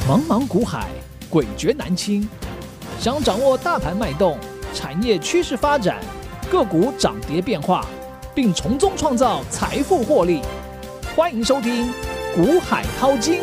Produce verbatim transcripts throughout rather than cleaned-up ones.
茫茫股海，诡谲难清。想掌握大盘脉动、产业趋势发展、个股涨跌变化，并从中创造财富获利，欢迎收听《股海淘金》。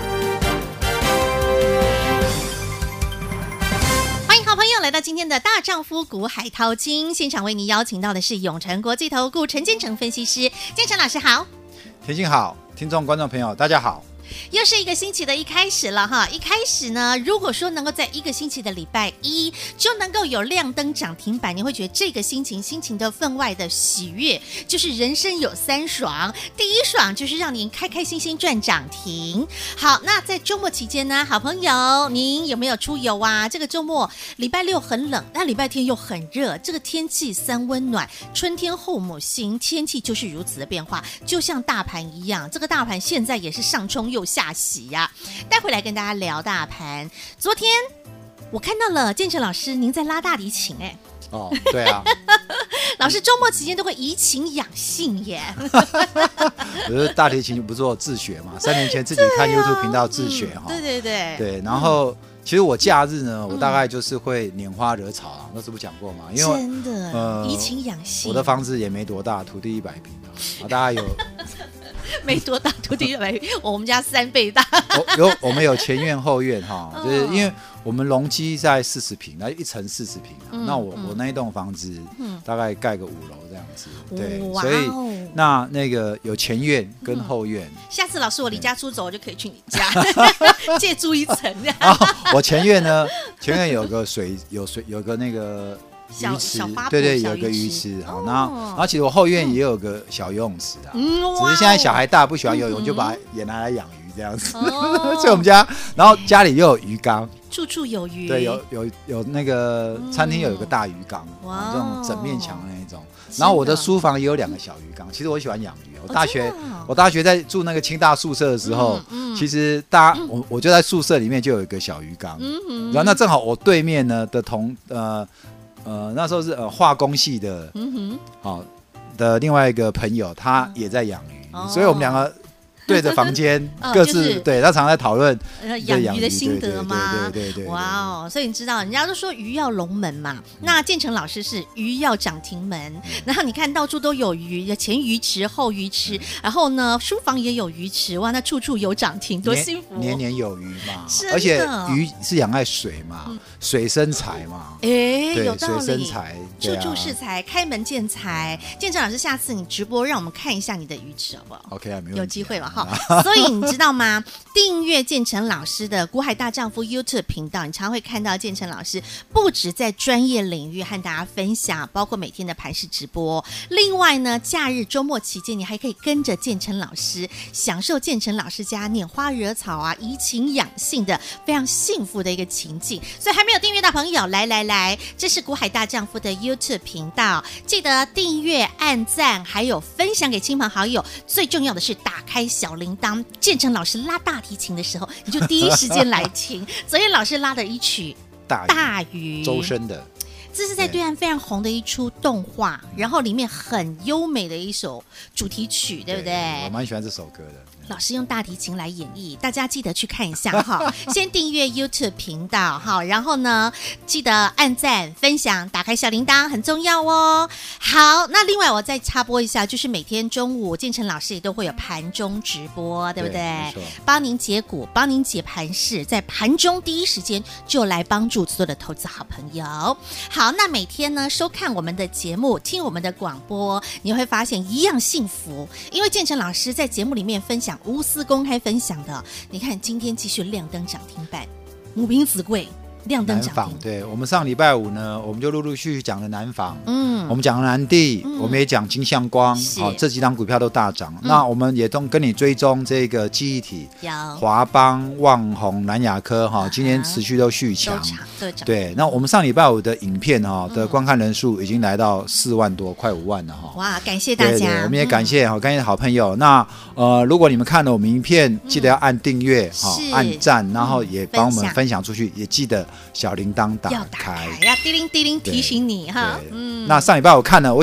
朋友来到今天的大丈夫股海淘金现场，为您邀请到的是永诚国际投顾陈建成分析师。建成老师好。 田心好，听众观众朋友大家好。 又是一个星期的一开始了哈，一开始呢，如果说能够在一个星期的礼拜一就能够有亮灯涨停板，你会觉得这个心情心情的分外的喜悦，就是人生有三爽。第一爽就是让您开开心心赚涨停。好，那在周末期间呢，好朋友您有没有出游啊？这个周末礼拜六很冷，那礼拜天又很热，这个天气三温暖，春天后母心，天气就是如此的变化，就像大盘一样，这个大盘现在也是上冲又下洗呀、啊！待会来跟大家聊大盘。昨天我看到了建成老师您在拉大提琴哎、欸。 哦，对啊， 老师周末期间都会怡情养性耶。 我觉得大提琴不做自学嘛，三年前自己看 YouTube 频道自学哈、 嗯。对对对。 对，然后、嗯、其实我假日呢，我大概就是会拈花惹草啊，那是不是讲过嘛？因为真的，呃，怡情养性。 我的房子也没多大，土地一百平啊，大概有。 没多大，土地一百平，我们家三倍大。 有我们有前院后院哈，就是因为我们容积在四十平，那一层四十平、啊嗯，那我、嗯、我那一栋房子大概盖个五楼这样子，嗯、对、哦，所以那那个有前院跟后院。嗯、 下次老师我离家出走，我就可以去你家借住一层。 我前院呢，前院有个水，有水，有个那个。 小小花对对，有个鱼池，好，然后然后其实我后院也有个小游泳池啊，嗯、只是现在小孩大不喜欢游泳，嗯、就把也拿来养鱼这样子，哦、所以我们家，然后家里又有鱼缸， 处处有鱼， 对，有有有那个餐厅有一个大鱼缸，哇、嗯，这种整面墙的那一种，然后我的书房也有两个小鱼缸，其实我喜欢养鱼，我大学、哦、我大学在住那个清大宿舍的时候，嗯嗯、其实大家、嗯、我我就在宿舍里面就有一个小鱼缸，嗯、然后那正好我对面呢的同呃。呃，那时候是呃化工系的，嗯哼，好、哦、的另外一个朋友，他也在养鱼、哦，所以我们两个对着房间各自、哦就是、对，他常常在讨论养鱼的心得吗？ 对对 对, 对, 对, 对, 对哇哦！所以你知道，人家都说鱼要龙门嘛，嗯、那建成老师是鱼要涨停门、嗯，然后你看到处都有鱼，前鱼池后鱼池、嗯，然后呢书房也有鱼池，哇，那处处有涨停，多幸福、哦！ 年年有余嘛，而且鱼是养在水嘛。嗯，水生财嘛， 哎，有道理， 水生财， 处处是财，开门见财。建成老师，下次你直播让我们看一下你的鱼池好不好 ？OK 啊，没问题， 有机会了哈。所以你知道吗？订阅建成老师的股海大丈夫 YouTube 频道，你常会看到建成老师不止在专业领域和大家分享，包括每天的盘势直播。另外呢，假日周末期间，你还可以跟着建成老师，享受建成老师家拈花惹草啊、怡情养性的非常幸福的一个情境。所以还没有订阅的朋友，来来来，这是股海大丈夫的 YouTube 频道，记得订阅、按赞，还有分享给亲朋好友。最重要的是打开小铃铛，建成老师拉大提琴的时候，你就第一时间来听。昨天老师拉的一曲大 鱼, 大鱼周深的， 这是在对岸非常红的一出动画，然后里面很优美的一首主题曲，对不对？ 对，我蛮喜欢这首歌的。 老师用大提琴来演绎，大家记得去看一下哈。先订阅 YouTube 频道哈，然后呢，记得按赞、分享、打开小铃铛，很重要哦。好，那另外我再插播一下，就是每天中午建成老师也都会有盘中直播，对不对？对，帮您解股，帮您解盘势，在盘中第一时间就来帮助所有的投资好朋友。好，那每天呢收看我们的节目，听我们的广播，你会发现一样幸福，因为建成老师在节目里面分享。无私公开分享的，你看今天继续亮灯涨停板，母凭子贵。亮灯涨停， 对，我们上礼拜五呢，我们就陆陆续续讲了南纺，嗯，我们讲了南地，嗯、我们也讲金相光，好、哦，这几档股票都大涨、嗯。那我们也都跟你追踪这个记忆体，华邦、旺宏、南亚科，哈、哦，今天持续都续强，对。那我们上礼拜五的影片哈、哦、的观看人数已经来到四万多，快五万了哈、哦。 哇，感谢大家， 对对，我们也感谢哈、嗯，感谢好朋友。那呃，如果你们看了我们影片，记得要按订阅，哈、嗯哦，按赞，然后也帮我们分享出去，也记得。小铃铛打开， 要打开，要叮铃叮铃提醒你哈。 嗯，那上礼拜我看了，我想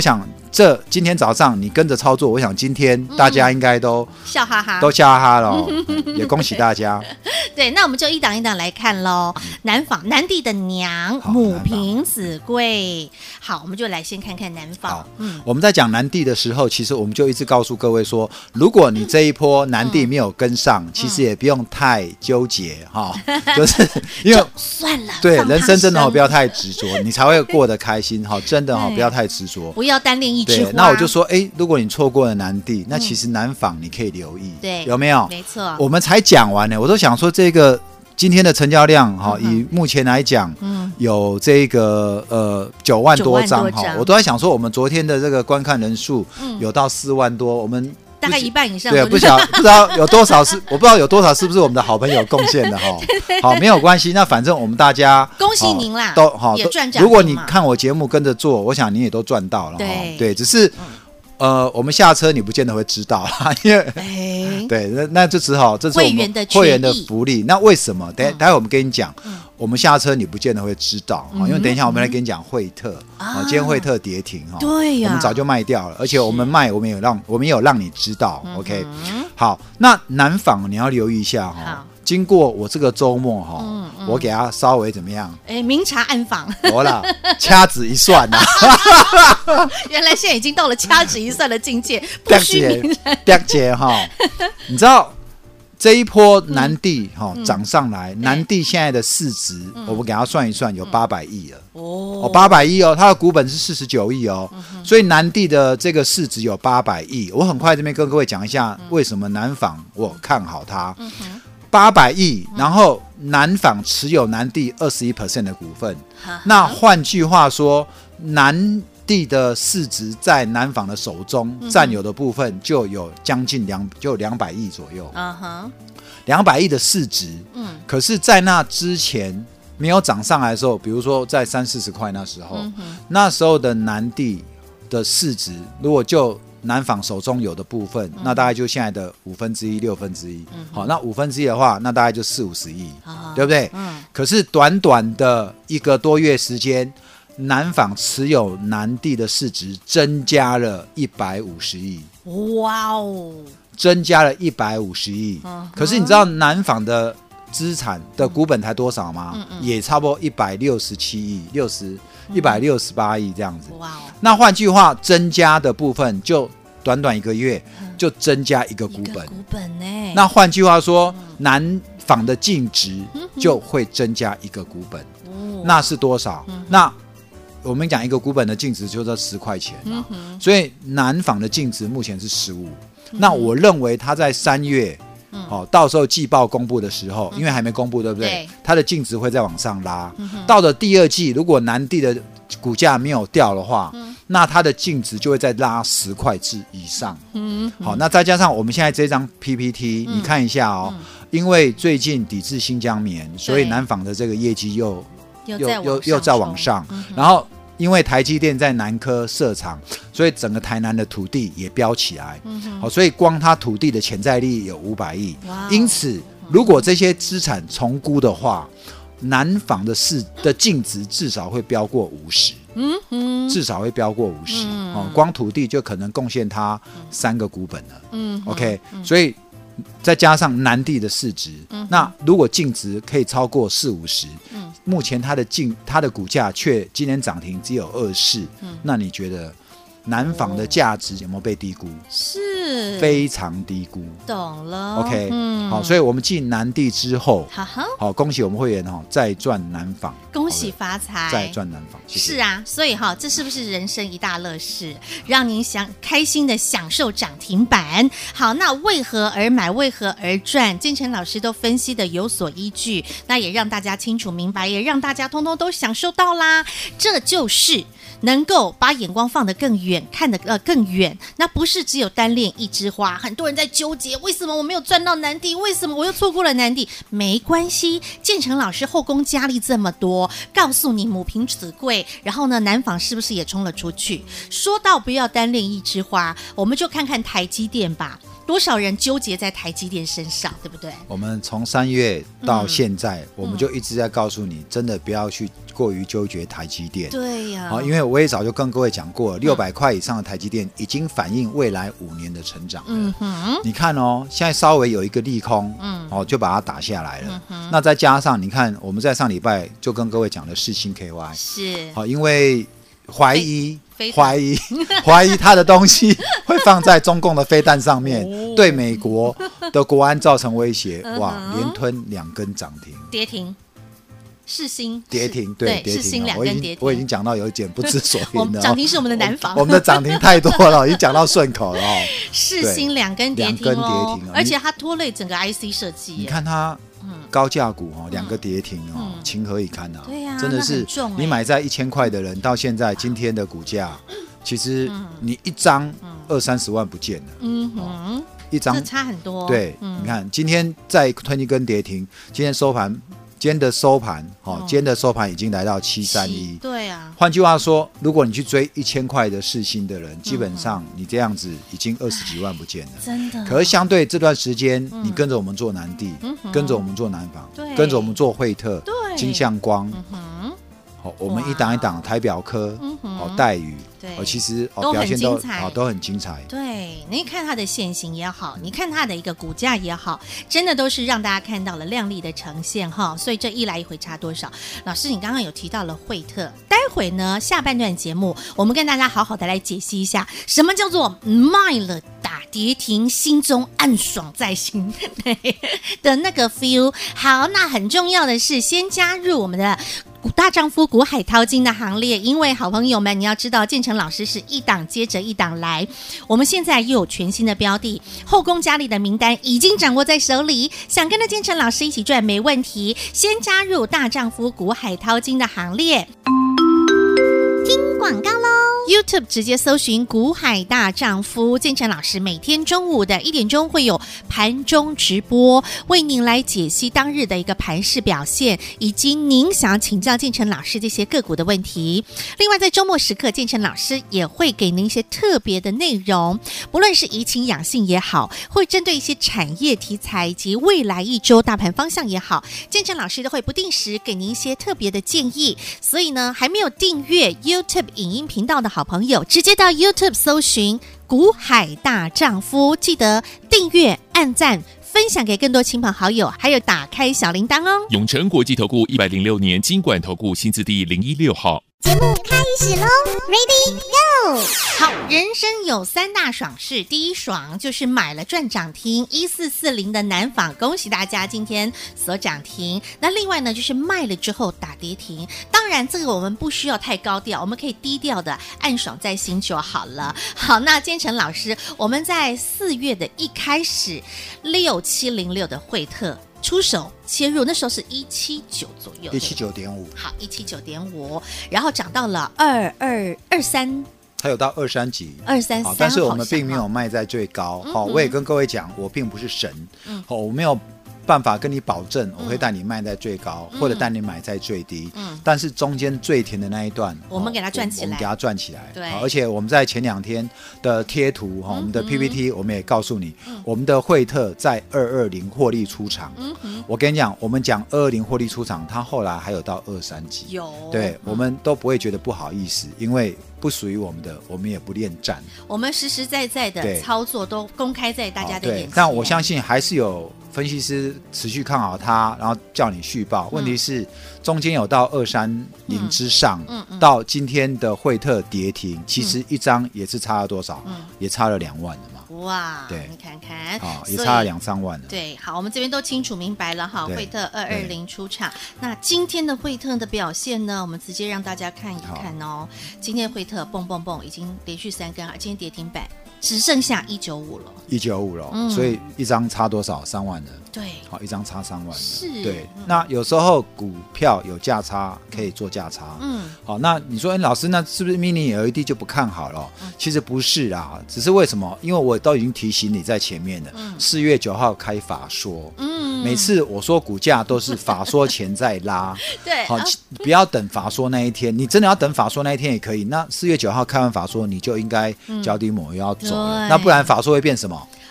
这今天早上你跟着操作，我想今天大家应该都、 嗯、笑哈哈， 都笑哈哈了、哦嗯，也恭喜大家。 对，那我们就一档一档来看喽。南纺南帝的娘，母凭子贵。好，我们就来先看看南纺。 嗯，我们在讲南帝的时候，其实我们就一直告诉各位说，如果你这一波南帝没有跟上，嗯、其实也不用太纠结哈、嗯哦，就是因为算了， 对人生真的哈不要太执着，你才会过得开心哈，真的哈不要太执着， 不要单恋一枝花。 那我就说，哎，如果你错过了南帝，那其实南纺你可以留意， 对、嗯， 有没有？ 没错， 我们才讲完呢，我都想说这个今天的成交量哈、嗯，以目前来讲，嗯，有这个呃九万多张哈，我都在想说，我们昨天的这个观看人数有到四万多，我们。 大概一半以上， 对，不晓不知道有多少是，我不知道有多少是不是我们的好朋友贡献的哈。好，没有关系，那反正我们大家恭喜您啦， 都好， 也赚涨。 如果你看我节目跟着做，我想你也都赚到了哈。对，只是、嗯、呃，我们下车你不见得会知道啦，因为、欸、对，那那就只好这是我们会员的福利。那为什么？等待会我们跟你讲。嗯我们下车你不见得会知道、嗯、因为等一下我们来跟你讲惠特、啊、今天惠特跌停、哦、 对呀、啊， 我们早就卖掉了，而且我们卖我们有让我们也有让你知道、嗯、OK 好，那南纺你要留意一下哈、哦，经过我这个周末哈、哦嗯嗯，我给他稍微怎么样？ 哎，明察暗访， 我啦，掐指一算呐、 啊，原来现在已经到了掐指一算的境界，不虚名人。 第二节哈，你知道？这一波南帝哈涨上来，嗯、南帝现在的市值，嗯、我们给它算一算，有八百亿了。哦，八百亿哦，它的股本是四十九亿哦、嗯，所以南帝的这个市值有八百亿。我很快这边跟各位讲一下，为什么南纺我看好它。八百亿，然后南纺持有南帝二十一 percent 的股份，嗯、那换句话说，南地的市值在南纺的手中占有的部分就有将近两就两百亿左右，两百亿的市值。嗯，可是，在那之前没有涨上来的时候，比如说在三四十块那时候，嗯、那时候的南地的市值，如果就南纺手中有的部分，嗯、那大概就现在的五分之一、六分之一。好，那五分之一的话，那大概就四五十亿，对不对？嗯。可是短短的一个多月时间。南纺持有南帝的市值增加了一百五十亿， 哇哦， 增加了一百五十亿。嗯、可是你知道南纺的资产的股本才多少吗？嗯嗯、也差不多一百六十七亿，六十一百六十八亿这样子。哇哦，那换句话，增加的部分就短短一个月就增加一个股本， 股本呢？ 那换句话说，嗯、南纺的净值就会增加一个股本，嗯、那是多少？嗯、那我们讲一个股本的净值就是十块钱、啊嗯、所以南纺的净值目前是十五、嗯、那我认为它在三月、嗯哦、到时候季报公布的时候、嗯、因为还没公布对不对？对，它的净值会再往上拉、嗯、到了第二季如果南帝的股价没有掉的话、嗯、那它的净值就会再拉十块至以上、嗯、好，那再加上我们现在这张 P P T、嗯、你看一下哦、嗯、因为最近抵制新疆棉，所以南纺的这个业绩又又又又在往上、嗯、然后因为台积电在南科设厂，所以整个台南的土地也飙起来、嗯哦、所以光它土地的潜在力有五百亿，因此如果这些资产重估的话，南纺的市的净值至少会飙过五十、嗯嗯、至少会飙过五十、嗯哦、光土地就可能贡献它三个股本了、嗯、OK、嗯、所以再加上南帝的市值、嗯、那如果净值可以超过四五十，目前它的净它的股价却今年涨停只有二四、嗯，那你觉得南纺的价值有没有被低估？ 是非常低估， 懂了。 OK，、嗯、好，所以我们进南帝之后，好, 好，恭喜我们会员哈，再赚南纺， 恭喜发财， 再赚南纺，谢谢。 是啊，所以哈，这是不是人生一大乐事，让您想开心的享受涨停板？好，那为何而买，为何而赚？建成老师都分析的有所依据，那也让大家清楚明白，也让大家通通都享受到啦。这就是能够把眼光放得更远，看得呃更远，那不是只有单恋一枝花。很多人在纠结，为什么我没有赚到南帝？为什么我又错过了南帝？没关系，建成老师后宫佳丽这么多，告诉你母凭子贵，然后呢，南纺是不是也冲了出去？说到不要单恋一枝花，我们就看看台积电吧。 多少人纠结在台积电身上，对不对？ 我们从三月到现在，嗯、我们就一直在告诉你，真的不要去过于纠结台积电。 对呀、 啊，因为我也早就跟各位讲过，六百块以上的台积电已经反映未来五年的成长了。嗯哼，你看哦，现在稍微有一个利空，嗯，哦，就把它打下来了。嗯、那再加上你看，我们在上礼拜就跟各位讲的世芯 K Y 是， 好、哦，因为怀疑。怀疑怀疑他的东西会放在中共的飞弹上面，哦、对美国的国安造成威胁，嗯、哇，连吞两根涨停， 跌停，世芯跌停，对，跌停， 世芯两根跌停， 我已经讲到有一点不知所云了。 涨停是我们的南方， 我们的涨停太多了，已经讲到顺口了哦。 世芯两根跌停哦，而且它拖累整个 I C 设计。 你看它。高价股哦，两个跌停哦，嗯、情何以堪啊！ 对呀、啊， 真的是你买在一千块的人，到现在今天的股价，其实你一张二三十万不见了。嗯哼，哦、一张差很多。 对，嗯、你看今天再吞一根跌停，今天收盘。今天的收盘，哦，今天的收盘已经来到七三一。 对啊。 换句话说，如果你去追一千块的世芯的人，嗯、基本上你这样子已经二十几万不见了。 真的。 可是相对这段时间，嗯、你跟着我们做南地，嗯、跟着我们做南纺，跟着我们做惠特、金相光，嗯好、哦，我们一档一档台表科，哦，戴宇。哦，其实哦表现都哦都很精彩。 对，你看它的现形也好，你看它的一个股价也好，真的都是让大家看到了亮丽的呈现哈。所以这一来一回差多少？老师，你刚刚有提到了惠特，待会呢下半段节目，我们跟大家好好的来解析一下，什么叫做卖了打跌停，心中暗爽在心的那个 feel。好，那很重要的是，先加入我们的股大丈夫股海淘金的行列，因为好朋友们，你要知道建成老师是一档接着一档来，我们现在又有全新的标的，后宫佳丽的名单已经掌握在手里，想跟着建成老师一起赚没问题，先加入大丈夫股海淘金的行列。听广告喽 ！YouTube 直接搜寻“股海大丈夫”，建成老师每天中午的一点钟会有盘中直播，为您来解析当日的一个盘势表现，以及您想要请教建成老师这些个股的问题。另外，在周末时刻，建成老师也会给您一些特别的内容，不论是怡情养性也好，会针对一些产业题材以及未来一周大盘方向也好，建成老师都会不定时给您一些特别的建议。所以呢，还没有订阅 YouTube 影音频道的好朋友，直接到 YouTube 搜寻股海大丈夫，记得订阅、按赞、分享给更多亲朋好友，还有打开小铃铛哦。 永诚国际投顾一百零六年金管投顾新字第零一六号。 节目开始喽 ，Ready Go！ 好，人生有三大爽事，第一爽就是买了赚涨停，一四四零的南纺，恭喜大家今天所涨停。那另外呢，就是卖了之后打跌停，当然这个我们不需要太高调，我们可以低调的暗爽在心就好了。好，那建成老师，我们在四月的一开始，六七零六的惠特。出手切入，那时候是一七九左右， 一七九点五， 好，一七九点五，然后涨到了二二二三， 它有到二三级， 二三三， 但是我们并没有卖在最高。好、嗯，我也跟各位讲，我并不是神，嗯，好，我没有办法跟你保证我会带你卖在最高，嗯、或者带你买在最低。嗯，但是中间最甜的那一段， 我们给它赚起来， 我们给它赚起来。 对， 而且我们在前两天的贴图哈、嗯，我们的 P P T，、嗯、我们也告诉你，嗯、我们的惠特在二二零获利出场。嗯哼，我跟你讲，我们讲二二零获利出场，它后来还有到二三级， 有， 对、 嗯， 我们都不会觉得不好意思，因为不属于我们的，我们也不恋战， 我们实实在在的操作都公开在大家的眼前。 但我相信还是有分析师持续看好它，然后叫你续报。嗯、问题是中间有到二三零之上、嗯嗯嗯，到今天的惠特跌停，其实一张也是差了多少？嗯、也差了两万了嘛。 哇， 对， 你看看， 啊、哦，也差了两三万了。 对，好，我们这边都清楚明白了哈。惠特二二零出场，那今天的惠特的表现呢？我们直接让大家看一看哦。今天惠特蹦蹦蹦已经连续三根，今天跌停板只剩下一九五了， 一九五了、嗯，所以一张差多少？三万了。 对， 好，一张差三万了。 是， 对、嗯。那有时候股票有价差，可以做价差。嗯，好，那你说，哎，老师，那是不是 mini L E D 就不看好了？嗯、其实不是啊，只是为什么？因为我都已经提醒你在前面了。四、嗯、月九号开法说，嗯，每次我说股价都是法说前再拉。 对， 好，不要等法说那一天，你真的要等法说那一天也可以。那四月九号开完法说，你就应该脚底抹油要走了，那不然法说会变什么？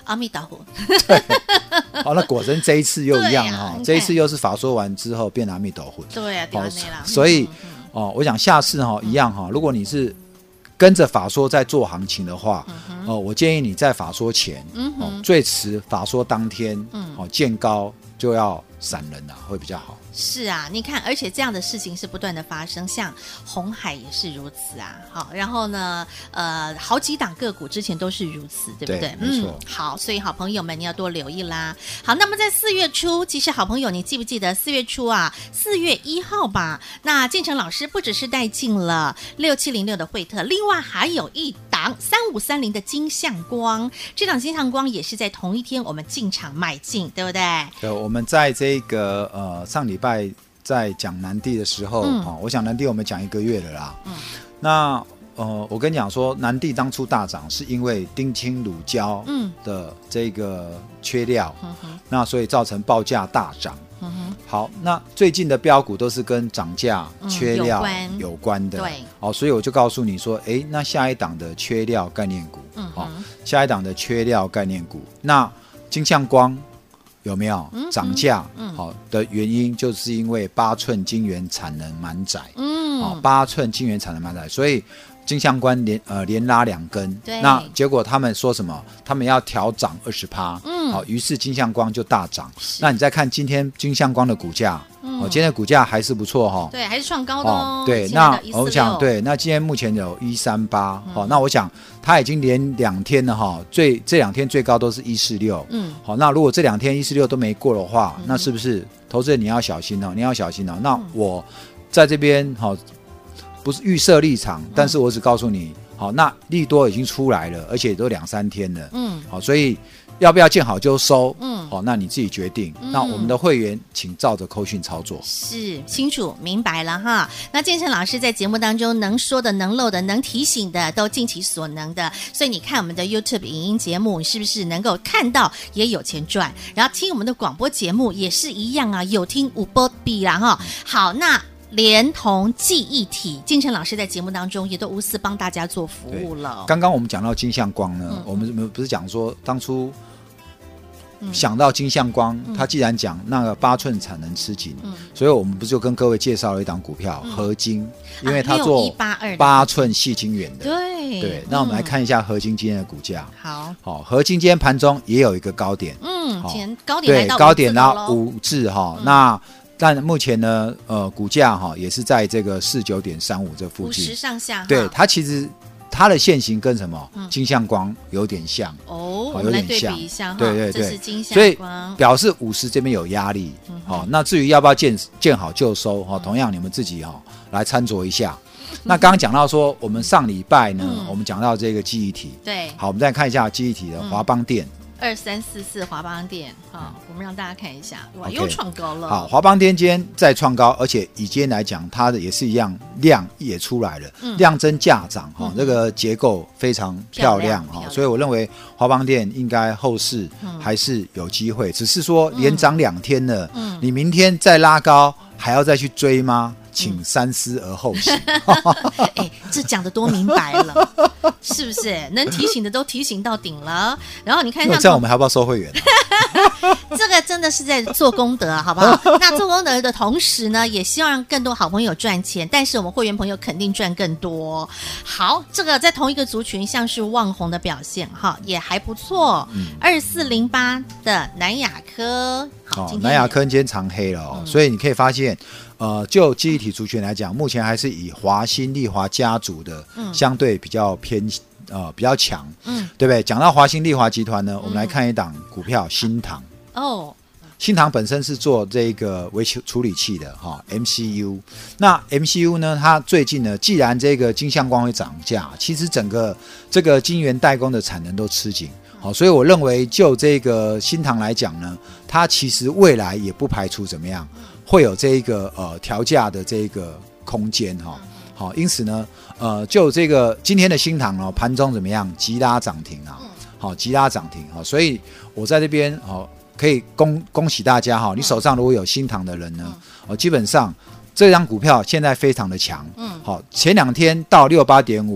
阿弥陀佛。 对，哦，那果真这一次又一样哈、 啊， 这一次又是法说完之后变阿弥陀佛。 对啊，对啊， 所以、嗯嗯、哦，我想下次哈、哦、一样哈、哦，如果你是跟着法说在做行情的话，嗯、哦，我建议你在法说前，嗯、哦，最迟法说当天，嗯、哦，见高就要闪人啊，会比较好。 是啊，你看，而且这样的事情是不断的发生，像鸿海也是如此啊。好，然后呢，呃，好几档个股之前都是如此，对不对？ 对，没错。 嗯，好，所以好朋友们你要多留意啦。好，那么在四月初，其实好朋友你记不记得四月初啊，四月一号吧？那建成老师不只是带进了六七零六的惠特，另外还有一档三五三零的金相光，这档金相光也是在同一天我们进场买进，对不对？ 对，我们在这个呃上礼拜。在讲南地的时候、嗯哦、我想南地我们讲一个月了啦、嗯、那呃，我跟你讲说南地当初大涨是因为丁腈乳胶的这个缺料、嗯、那所以造成报价大涨、嗯、好，那最近的标股都是跟涨价、嗯、缺料有关的，对、哦，所以我就告诉你说哎，那下一档的缺料概念股、嗯哦、下一档的缺料概念股，那金相光有没有涨价？好、嗯哦、的原因就是因为八寸晶圆产能满载，嗯，哦，八寸晶圆产能满载，所以金相关连呃连拉两根，那结果他们说什么？他们要调涨二十趴，嗯，好、哦，于是金相光就大涨。那你再看今天金相光的股价，嗯、哦，今天的股价还是不错哈、哦， 对，还是创高的哦。 哦对，那我想对，那今天目前有一三八，好，那我想它已经连两天了哈，最这两天最高都是一四六，嗯，好，那如果这两天一四六都没过的话，嗯、那是不是投资人你要小心哦？你要小心哦。那我在这边好。哦不是预设立场，但是我只告诉你，好，那利多已经出来了，而且都两三天了，嗯，好，所以要不要见好就收，嗯，好，那你自己决定。嗯、那我们的会员请照着扣讯操作， 是清楚明白了哈。那建成老师在节目当中能说的、能漏的、能提醒的，都尽其所能的。所以你看我们的 YouTube 影音节目，你是不是能够看到也有钱赚？然后听我们的广播节目也是一样啊，有听无波比啦哈。好，那。连同记忆体，建成老师在节目当中也都无私帮大家做服务了。 刚刚我们讲到金相光呢，嗯、我们不是讲说当初想到金相光，嗯、他既然讲那个八寸产能吃紧，嗯、所以我们不是就跟各位介绍了一档股票、嗯、合金，因为它做八寸细晶圆的。 对对，那我们来看一下合金今天的股价。 好， 好，合金今天盘中也有一个高点， 嗯，前高点来到对高点到五字哈，嗯、那。但目前呢，呃，股价哈也是在这个四九点三五这附近， 五十上下。 对，它其实它的线型跟什么、嗯、金相光有点像哦，我们来对比一下哈。 对对对， 这是金相光， 所以表示五十这边有压力。嗯、哦，那至于要不要见见好就收哈、哦，同样你们自己哈、哦、来参酌一下。嗯、那刚刚讲到说，我们上礼拜呢，嗯、我们讲到这个记忆体， 对， 好，我们再看一下记忆体的华邦电。 二三四四华邦电，好，我们让大家看一下，哇， okay, 又创高了。 好，华邦电今天再创高，而且以今天来讲，它的也是一样，量也出来了，嗯、量增价涨，哈、嗯，这个结构非常漂亮哈，所以我认为华邦电应该后市还是有机会，嗯、只是说连涨两天了，嗯、你明天再拉高，还要再去追吗？请三思而后行。 哎，这讲得多明白了，是不是？能提醒的都提醒到顶了。然后你看像， 这样我们还要不要收会员、 啊？这个真的是在做功德，好不好？那做功德的同时呢，也希望让更多好朋友赚钱，但是我们会员朋友肯定赚更多。好，这个在同一个族群，像是旺宏的表现哈，也还不错。二四零八的南亚科，好， 哦、南亚科今天长黑了哦，嗯、所以你可以发现。呃，就记忆体族群来讲，目前还是以华新、力华家族的相对比较偏、嗯、呃比较强，嗯，对不对？讲到华新、力华集团呢，嗯、我们来看一档股票新唐哦。新唐本身是做这个微处理器的哈、哦、M C U， 那 M C U 呢，它最近呢，既然这个金相光会涨价，其实整个这个晶圆代工的产能都吃紧。好，所以我认为就这个新唐来讲呢，它其实未来也不排除怎么样会有这一个呃调价的这个空间哈。好，因此呢，呃，就这个今天的新唐哦，盘中怎么样？急拉涨停啊，好，急拉涨停哈。所以我在这边哦，可以恭恭喜大家哈，你手上如果有新唐的人呢，哦，基本上这张股票现在非常的强，嗯，好，前两天到六八点五，嗯。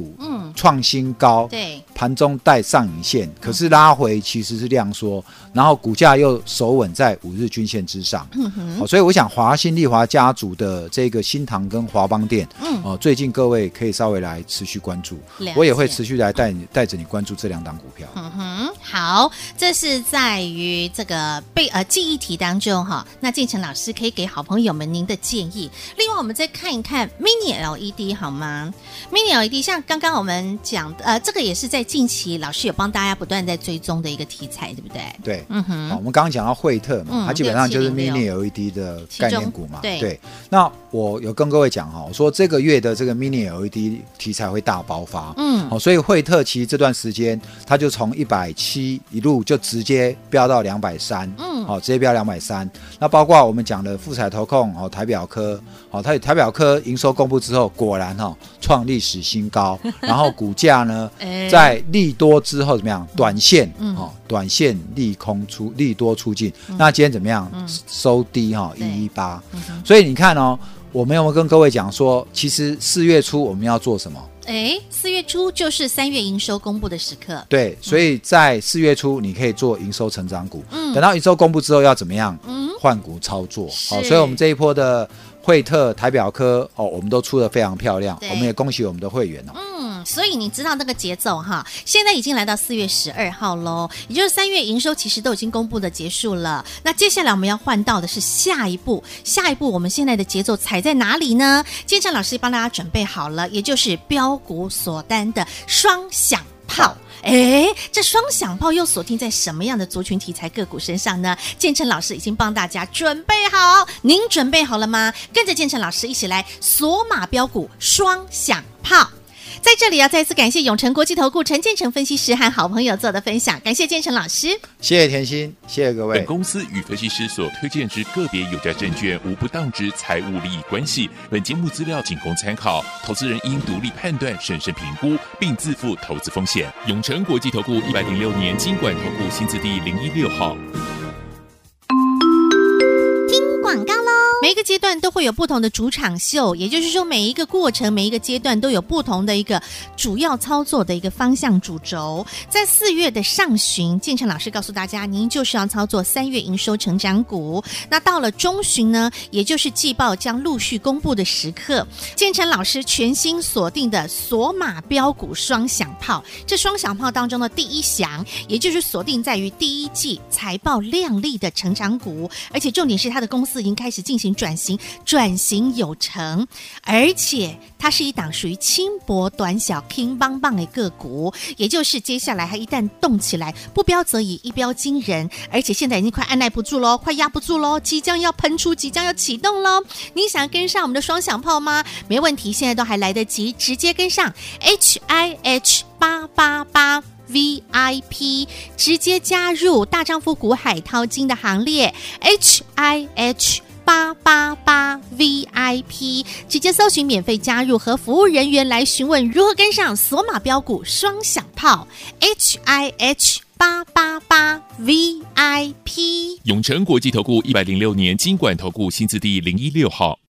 创新高， 对， 盘中带上影线，可是拉回其实是量缩，然后股价又守稳在五日均线之上。嗯哼，所以我想华新丽华家族的这个新唐跟华邦电，嗯，哦，最近各位可以稍微来持续关注，我也会持续来带你带着你关注这两档股票。 嗯哼，好，这是在于这个背呃记忆题当中哈，那建成老师可以给好朋友们您的建议。另外，我们再看一看 Mini L E D 好吗 ？Mini L E D 像刚刚我们讲的，呃，这个也是在近期老师有帮大家不断在追踪的一个题材，对不对？ 对，嗯哼，我们刚刚讲到惠特嘛，嗯、它基本上就是 Mini L E D 的概念股嘛， 对。 对，那我有跟各位讲哈，我说这个月的这个 Mini L E D 题材会大爆发，嗯，好，所以惠特其实这段时间它就从一百七一路就直接飙到两百三，嗯，好，直接飙两百三。那包括我们讲的富彩投控，哦，台表科，好，它台表科营收公布之后，果然哈创历史新高，然后股价呢在利多之后怎么样？短线，嗯，哦，短线利空出利多出尽，嗯、那今天怎么样？嗯、收低哈一一八，所以你看哦，我们有没有跟各位讲说，其实四月初我们要做什么？ 哎，四月初就是三月营收公布的时刻。 对，所以在四月初你可以做营收成长股，嗯，等到营收公布之后要怎么样？嗯，换股操作。好，所以我们这一波的惠特、台表科哦，我们都出得非常漂亮，我们也恭喜我们的会员哦。 嗯，所以你知道那个节奏哈，现在已经来到四月十二号喽，也就是三月营收其实都已经公布的结束了。那接下来我们要换到的是下一步，下一步我们现在的节奏踩在哪里呢？建成老师帮大家准备好了，也就是标股锁单的双响炮。哎，这双响炮又锁定在什么样的族群题材个股身上呢？建成老师已经帮大家准备好，您准备好了吗？跟着建成老师一起来锁码标股双响炮。在这里要再次感谢永诚国际投顾陈建成分析师和好朋友做的分享，感谢建成老师， 谢谢甜心，谢谢各位。 本公司与分析师所推荐之个别有价证券无不当之财务利益关系，本节目资料仅供参考，投资人应独立判断、审慎评估，并自负投资风险。永诚国际投顾一百零六年金管投顾新字第零一六号。 广告喽！每一个阶段都会有不同的主场秀，也就是说，每一个过程、每一个阶段都有不同的一个主要操作的一个方向主轴。在四月的上旬，建成老师告诉大家，您就是要操作三月营收成长股。那到了中旬呢，也就是季报将陆续公布的时刻，建成老师全新锁定的锁码标股双响炮。这双响炮当中的第一响，也就是锁定在于第一季财报亮丽的成长股，而且重点是它的公司已经开始进行转型，转型有成，而且它是一档属于轻薄短小、轻棒棒的个股，也就是接下来它一旦动起来，不标则已，一标惊人，而且现在已经快按耐不住咯，快压不住咯，即将要喷出，即将要启动咯。你想跟上我们的双响炮吗？没问题，现在都还来得及，直接跟上 H I H 八八八V I P， 直接加入大丈夫股海淘金的行列 H I H 八八八 V I P， 直接搜寻免费加入，和服务人员来询问如何跟上锁码标股双响炮 H I H 八八八 V I P。 永诚国际投顾一百零六年金管投顾新字第零一六号。